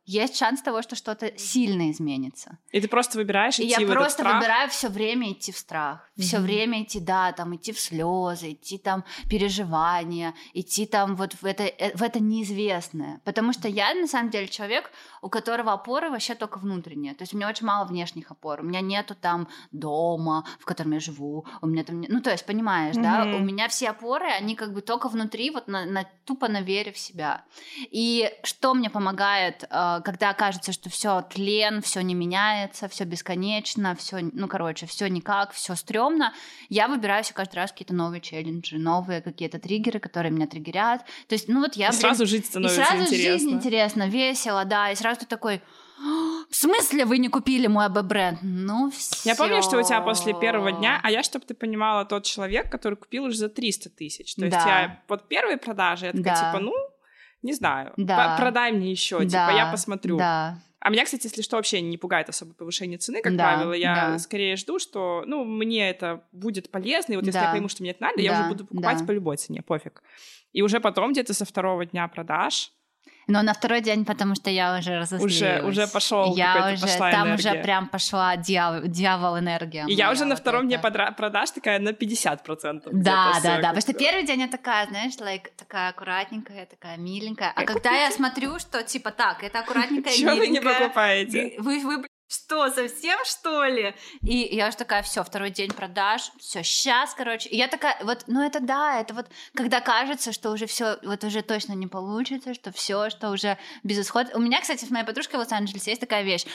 есть шанс того, что что-то сильно изменится. И ты просто выбираешь идти и в этот страх? Я просто выбираю все время идти в страх. Mm-hmm. Все время идти, да, там, идти в слезы, идти там переживания, идти там вот в это, в это неизвестное. Потому что я, на самом деле, человек, у которого опоры вообще только внутренние. То есть у меня очень мало внешних опор. У меня нету там дома, в котором я живу. У меня там... Ну, то есть, понимаешь, mm-hmm. да? У меня все опоры, они как бы только внутри, вот на, на, тупо на вере в себя. И что мне помогает... когда кажется, что все тлен, все не меняется, все бесконечно, все, ну, короче, все никак, все стрёмно, я выбираю себе каждый раз какие-то новые челленджи, новые какие-то триггеры, которые меня триггерят. То есть, ну вот я... И блин, сразу жить становится интересно. И сразу интересно. жизнь интересно, весело, да, и сразу ты такой... В смысле вы не купили мой эй би бренд? Ну, все. Я помню, что у тебя после первого дня, а я, чтобы ты понимала, тот человек, который купил уже за триста тысяч. То есть да. я под первой продажей, я такая, да. типа, ну, не знаю, да. продай мне еще, да. типа, я посмотрю. Да. А меня, кстати, если что, вообще не пугает особо повышение цены, как да, правило. Я да. скорее жду, что, ну, мне это будет полезно, и вот если да. я пойму, что мне это надо, да. я уже буду покупать да. по любой цене, пофиг. И уже потом где-то со второго дня продаж... Но на второй день, потому что я уже разозлилась. Уже, уже пошел я уже, пошла там энергия. Уже прям пошла дьявол, дьявол энергия. И я уже на вот втором дне подра- продаж такая на пятьдесят процентов. Да, да, да, потому что первый день я такая, знаешь, like, такая аккуратненькая, такая миленькая. А когда я смотрю, что типа так, это аккуратненькая, миленькая. Чего вы не покупаете? Вы, вы, что, совсем, что ли? И я уже такая, все, второй день продаж, все, сейчас, короче. И я такая, вот, ну это да, это вот, когда кажется, что уже все, вот уже точно не получится, что все, что уже без исхода. У меня, кстати, с моей подружкой в Лос-Анджелесе есть такая вещь.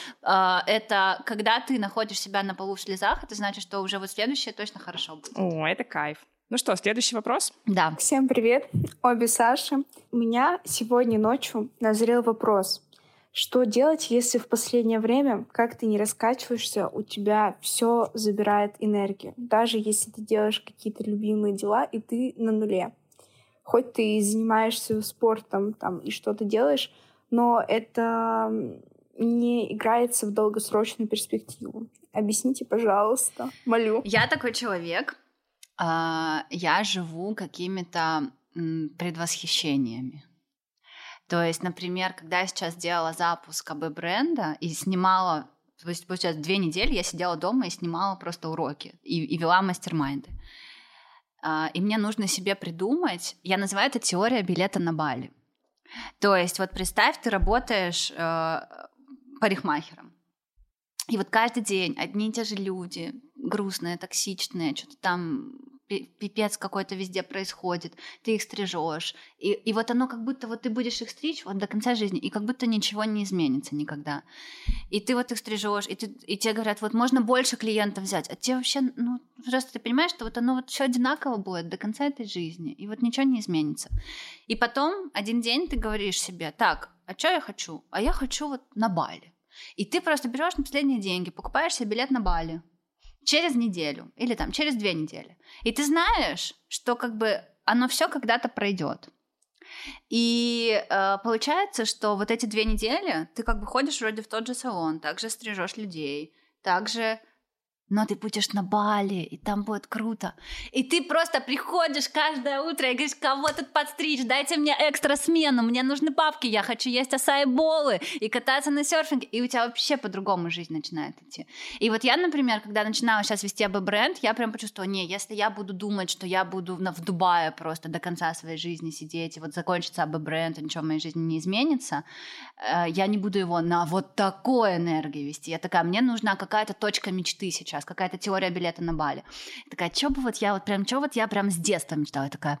Это когда ты находишь себя на полу в слезах, это значит, что уже вот следующее точно хорошо будет. О, это кайф. Ну что, следующий вопрос? Да. Всем привет, обе Саши. У меня сегодня ночью назрел вопрос. Что делать, если в последнее время, как ты не раскачиваешься, у тебя все забирает энергию? Даже если ты делаешь какие-то любимые дела, и ты на нуле. Хоть ты занимаешься спортом там, и что-то делаешь, но это не играется в долгосрочную перспективу. Объясните, пожалуйста, молю. Я такой человек, я живу какими-то предвосхищениями. То есть, например, когда я сейчас делала запуск эй би бренда и снимала, то есть, получается, две недели я сидела дома и снимала просто уроки и, и вела мастер-майнды. И мне нужно себе придумать, я называю это теория билета на Бали. То есть, вот представь, ты работаешь э, парикмахером, и вот каждый день одни и те же люди, грустные, токсичные, что-то там... пипец какой-то везде происходит, ты их стрижешь, и, и вот оно как будто вот ты будешь их стричь вот до конца жизни, и как будто ничего не изменится никогда. И ты вот их стрижешь, и, ты, и тебе говорят, вот можно больше клиентов взять, а тебе вообще, ну, просто ты понимаешь, что вот оно вот все одинаково будет до конца этой жизни, и вот ничего не изменится. И потом один день ты говоришь себе, так, а что я хочу? А я хочу вот на Бали. И ты просто берешь на последние деньги, покупаешь себе билет на Бали, через неделю или там через две недели. И ты знаешь, что как бы оно все когда-то пройдет. И э, получается, что вот эти две недели ты как бы ходишь вроде в тот же салон, также стрижешь людей, также... Но ты будешь на Бали, и там будет круто. И ты просто приходишь каждое утро и говоришь, кого тут подстричь, дайте мне экстра смену, мне нужны бабки, я хочу есть асаи-болы и кататься на серфинге. И у тебя вообще по-другому жизнь начинает идти. И вот я, например, когда начинала сейчас вести эй би бренд, я прям почувствовала, не, если я буду думать, что я буду в Дубае просто до конца своей жизни сидеть, и вот закончится эй би бренд, и ничего в моей жизни не изменится, я не буду его на вот такой энергии вести. Я такая, мне нужна какая-то точка мечты сейчас, какая-то теория билета на Бали. Я такая, что бы вот я вот прям, что вот я прям с детства мечтала. Я такая,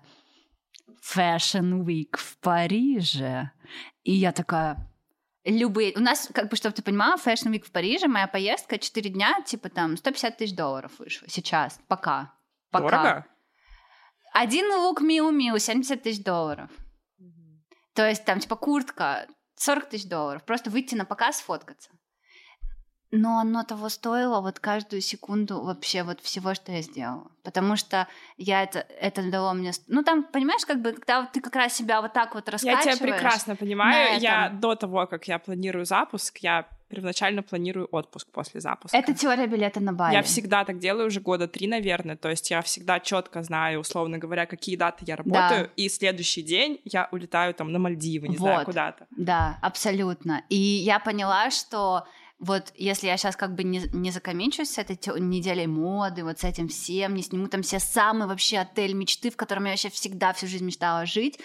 Fashion Week в Париже. И я такая, любые... У нас, как бы, чтобы ты понимала, Fashion Week в Париже, моя поездка четыре дня, типа там сто пятьдесят тысяч долларов вышла сейчас, пока. пока. Дорого? Один лук Миу-Миу, семьдесят тысяч долларов. Mm-hmm. То есть там, типа, куртка, сорок тысяч долларов. Просто выйти на показ, сфоткаться. но оно того стоило, вот каждую секунду вообще вот всего, что я сделала. Потому что я это, это дало мне... Ну, там, понимаешь, как бы, когда ты как раз себя вот так вот раскачиваешь... Я тебя прекрасно понимаю. Я до того, как я планирую запуск, я первоначально планирую отпуск после запуска. Это теория билета на Бали. Я всегда так делаю уже года три, наверное. То есть я всегда четко знаю, условно говоря, какие даты я работаю, да. И следующий день я улетаю там на Мальдивы, не вот. знаю, куда-то. Да, абсолютно. И я поняла, что... Вот если я сейчас как бы не, не закомичусь с этой те- неделей моды, вот с этим всем, не сниму там все самый вообще отель мечты, в котором я вообще всегда всю жизнь мечтала жить,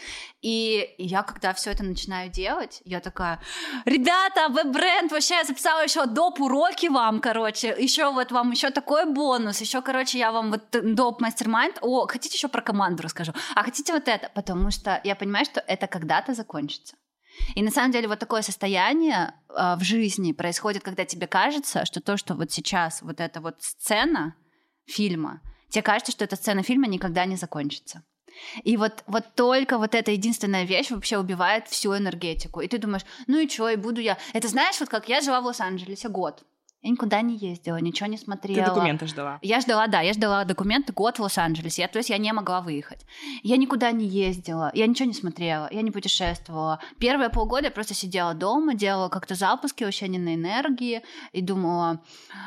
и я когда все это начинаю делать, я такая: ребята, веб-бренд, вообще я записала еще доп. Уроки вам, короче, еще вот вам еще такой бонус, еще, короче, я вам вот доп. Мастер-майнд, о, хотите еще про команду расскажу, а хотите вот это, потому что я понимаю, что это когда-то закончится. И на самом деле вот такое состояние э, в жизни происходит, когда тебе кажется, что то, что вот сейчас, вот эта вот сцена фильма, тебе кажется, что эта сцена фильма никогда не закончится. И вот, вот только вот эта единственная вещь вообще убивает всю энергетику. И ты думаешь, ну и что, и буду я... Это знаешь, вот как я жила в Лос-Анджелесе год. Я никуда не ездила, ничего не смотрела. Ты документы ждала? Я ждала, да, я ждала документы год в Лос-Анджелесе. Я, то есть я не могла выехать. Я никуда не ездила, я ничего не смотрела, я не путешествовала. Первые полгода я просто сидела дома, делала как-то запуски вообще не на энергии и думала: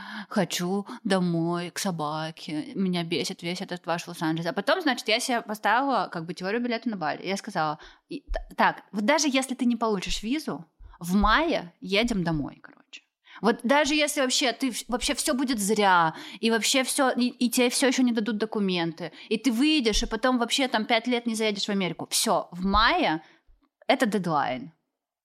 хочу домой к собаке, меня бесит весь этот ваш Лос-Анджелес. А потом, значит, я себе поставила как бы теорию билета на Бали. Я сказала: так, вот даже если ты не получишь визу, в мае едем домой, короче. Вот даже если вообще ты вообще все будет зря, и вообще все, и, и тебе все еще не дадут документы, и ты выйдешь, и потом вообще там пять лет не заедешь в Америку. Все, в мае это дедлайн.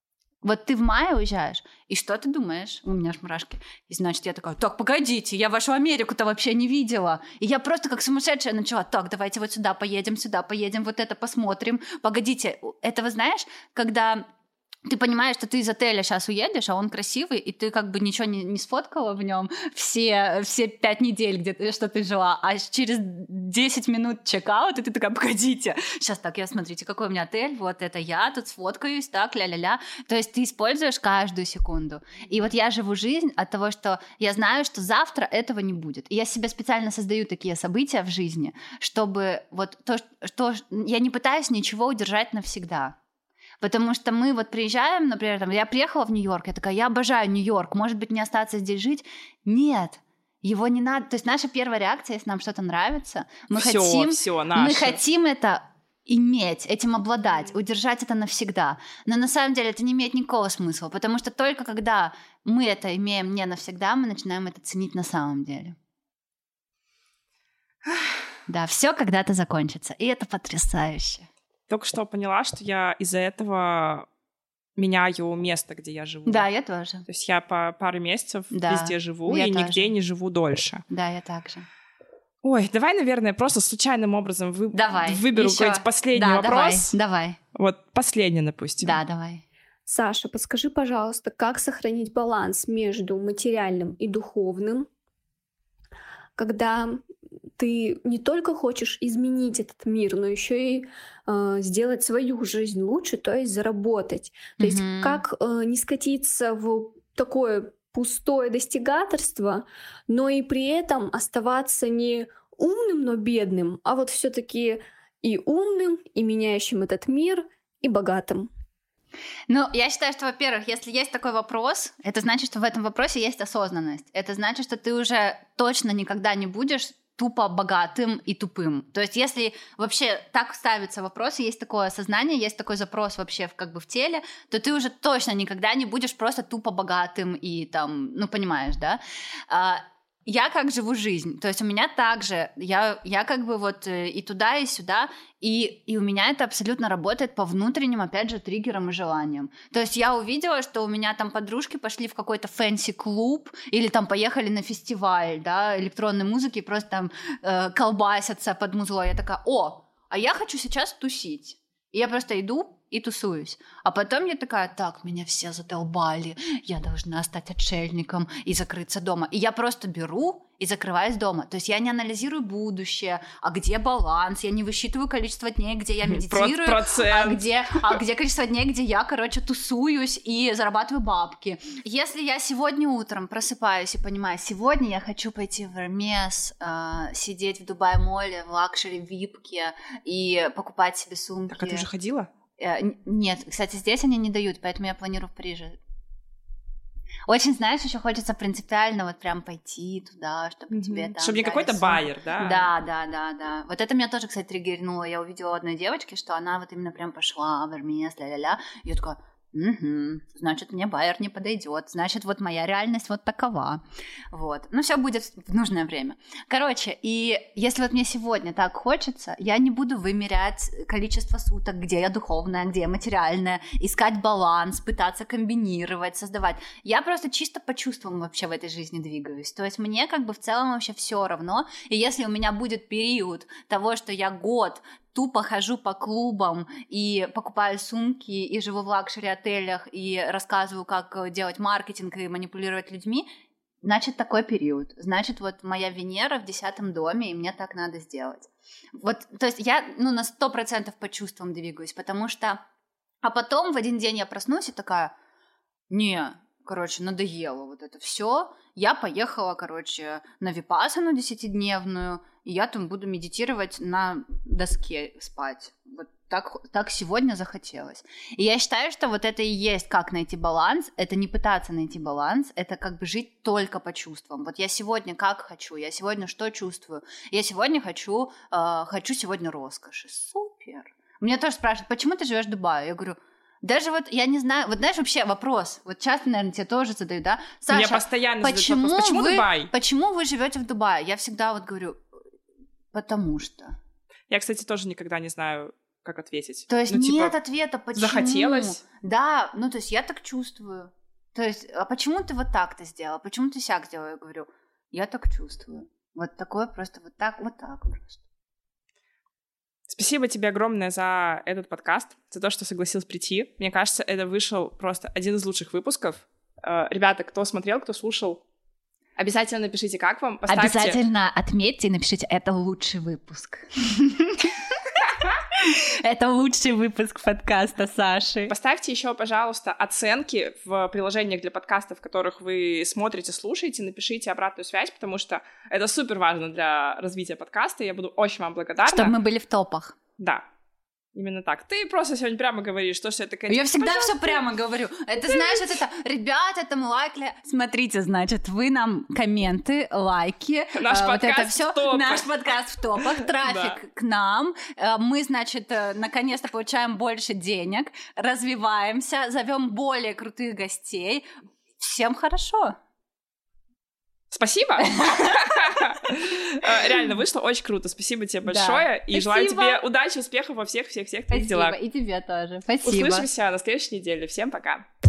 Вот ты в мае уезжаешь, и что ты думаешь? У меня аж мурашки. И значит, я такая: так, погодите, я вашу Америку-то вообще не видела. И я просто как сумасшедшая начала: так, давайте вот сюда поедем, сюда поедем, вот это посмотрим. Погодите, это вы знаешь, когда... Ты понимаешь, что ты из отеля сейчас уедешь, а он красивый, и ты как бы ничего не, не сфоткала в нем все, все пять недель, где ты, что ты жила, а через десять минут чекаут, и ты такая: погодите, сейчас так, я смотрите, какой у меня отель, вот это я, тут сфоткаюсь, так, ля-ля-ля. То есть ты используешь каждую секунду. И вот я живу жизнь от того, что я знаю, что завтра этого не будет. И я себе специально создаю такие события в жизни, чтобы вот то, что... Я не пытаюсь ничего удержать навсегда. Потому что мы вот приезжаем, например, там, я приехала в Нью-Йорк, я такая: я обожаю Нью-Йорк, может быть, мне остаться здесь жить? Нет, его не надо. То есть наша первая реакция, если нам что-то нравится, мы всё, хотим, всё, мы хотим это иметь, этим обладать, удержать это навсегда. Но на самом деле это не имеет никакого смысла, потому что только когда мы это имеем не навсегда, мы начинаем это ценить на самом деле. Да, все когда-то закончится, и это потрясающе. Только что поняла, что я из-за этого меняю место, где я живу. Да, я тоже. То есть я по пару месяцев да, везде живу и тоже. Нигде не живу дольше. Да, я так же. Ой, давай, наверное, просто случайным образом вы... давай. выберу Ещё. какой-нибудь последний да, вопрос. Давай, давай. Вот последний, допустим. Да, давай. Саша, подскажи, пожалуйста, как сохранить баланс между материальным и духовным, когда ты не только хочешь изменить этот мир, но еще и э, сделать свою жизнь лучше, то есть заработать. То mm-hmm. есть как э, не скатиться в такое пустое достигаторство, но и при этом оставаться не умным, но бедным, а вот все-таки и умным, и меняющим этот мир, и богатым. Ну, я считаю, что, во-первых, если есть такой вопрос, это значит, что в этом вопросе есть осознанность. Это значит, что ты уже точно никогда не будешь тупо богатым и тупым. То есть если вообще так ставится вопрос, есть такое осознание, есть такой запрос вообще в, как бы в теле, то ты уже точно никогда не будешь просто тупо богатым и там, ну, понимаешь, да? Я как живу жизнь, то есть у меня также, я, я как бы вот и туда, и сюда, и, и у меня это абсолютно работает по внутренним, опять же, триггерам и желаниям. То есть я увидела, что у меня там подружки пошли в какой-то фэнси-клуб или там поехали на фестиваль, да, электронной музыки, просто там э, колбасятся под музло. Я такая: о, а я хочу сейчас тусить. И я просто иду и тусуюсь. А потом я такая, так, меня все задолбали, я должна стать отшельником и закрыться дома. И я просто беру и закрываюсь дома. То есть я не анализирую будущее, а где баланс, я не высчитываю количество дней, где я медитирую, а где, а где количество дней, где я, короче, тусуюсь и зарабатываю бабки. Если я сегодня утром просыпаюсь и понимаю, сегодня я хочу пойти в Hermes, э, сидеть в Дубай-моле, в лакшери-випке и покупать себе сумки. Так, а ты уже ходила? Э, нет, кстати, здесь они не дают, поэтому я планирую в Париже. Очень, знаешь, еще хочется принципиально вот прям пойти туда, чтобы mm-hmm. тебе там... Чтобы не какой-то сумку. байер, да? Да, да, да, да. Вот это меня тоже, кстати, триггернуло. Я увидела у одной девочки, что она вот именно прям пошла в Hermes, ля-ля-ля. И я такая, угу, значит, мне байер не подойдет. Значит, вот моя реальность вот такова. Вот. Ну, все будет в нужное время. Короче, и если вот мне сегодня так хочется, я не буду вымерять количество суток, где я духовная, где я материальная, искать баланс, пытаться комбинировать, создавать. Я просто чисто по чувствам вообще в этой жизни двигаюсь. То есть мне как бы в целом вообще все равно. И если у меня будет период того, что я год тупо хожу по клубам и покупаю сумки, и живу в лакшери-отелях, и рассказываю, как делать маркетинг и манипулировать людьми, значит, такой период. Значит, вот моя Венера в десятом доме, и мне так надо сделать. Вот, то есть я, ну, на сто процентов по чувствам двигаюсь, потому что... А потом в один день я проснусь и такая, не, короче, надоело вот это все. Я поехала, короче, на випассану десятидневную, и я там буду медитировать на доске, спать. Вот так, так сегодня захотелось. И я считаю, что вот это и есть как найти баланс. Это не пытаться найти баланс, это как бы жить только по чувствам. Вот я сегодня как хочу, я сегодня что чувствую. Я сегодня хочу, э, хочу сегодня роскоши. Супер. Меня тоже спрашивают, почему ты живешь в Дубае? Я говорю, даже вот, я не знаю, вот знаешь, вообще вопрос, вот часто, наверное, тебе тоже задают, да? Саша, меня постоянно почему задают вопрос, почему вы, Дубай? Почему вы живете в Дубае? Я всегда вот говорю, потому что. Я, кстати, тоже никогда не знаю, как ответить. То есть ну, нет типа, ответа, почему. Захотелось? Да, ну то есть я так чувствую. То есть, а почему ты вот так-то сделала? Почему ты сяк сделала? Я говорю, я так чувствую. Вот такое просто вот так, вот так просто. Спасибо тебе огромное за этот подкаст, за то, что согласилась прийти. Мне кажется, это вышел просто один из лучших выпусков. Ребята, кто смотрел, кто слушал, обязательно напишите, как вам. Поставьте... Обязательно отметьте и напишите, это лучший выпуск. Это лучший выпуск подкаста Саши. Поставьте еще, пожалуйста, оценки в приложениях для подкастов, в которых вы смотрите, слушаете, напишите обратную связь, потому что это супер важно для развития подкаста, и я буду очень вам благодарна. Чтобы мы были в топах. Да. Именно так. Ты просто сегодня прямо говоришь, что все это... Я всегда все прямо говорю. Это, знаешь, вот это, ребят, это мы лайкли. Смотрите, значит, вы нам комменты, лайки. Наш э, подкаст вот это все. в топах. Наш подкаст в топах, трафик да. к нам. Э, мы, значит, э, наконец-то получаем больше денег, развиваемся, зовем более крутых гостей. Всем хорошо. Спасибо. Реально вышло очень круто. Спасибо тебе большое. И желаю тебе удачи, успехов во всех-всех-всех твоих делах. Спасибо. И тебе тоже. Спасибо. Услышимся на следующей неделе. Всем пока.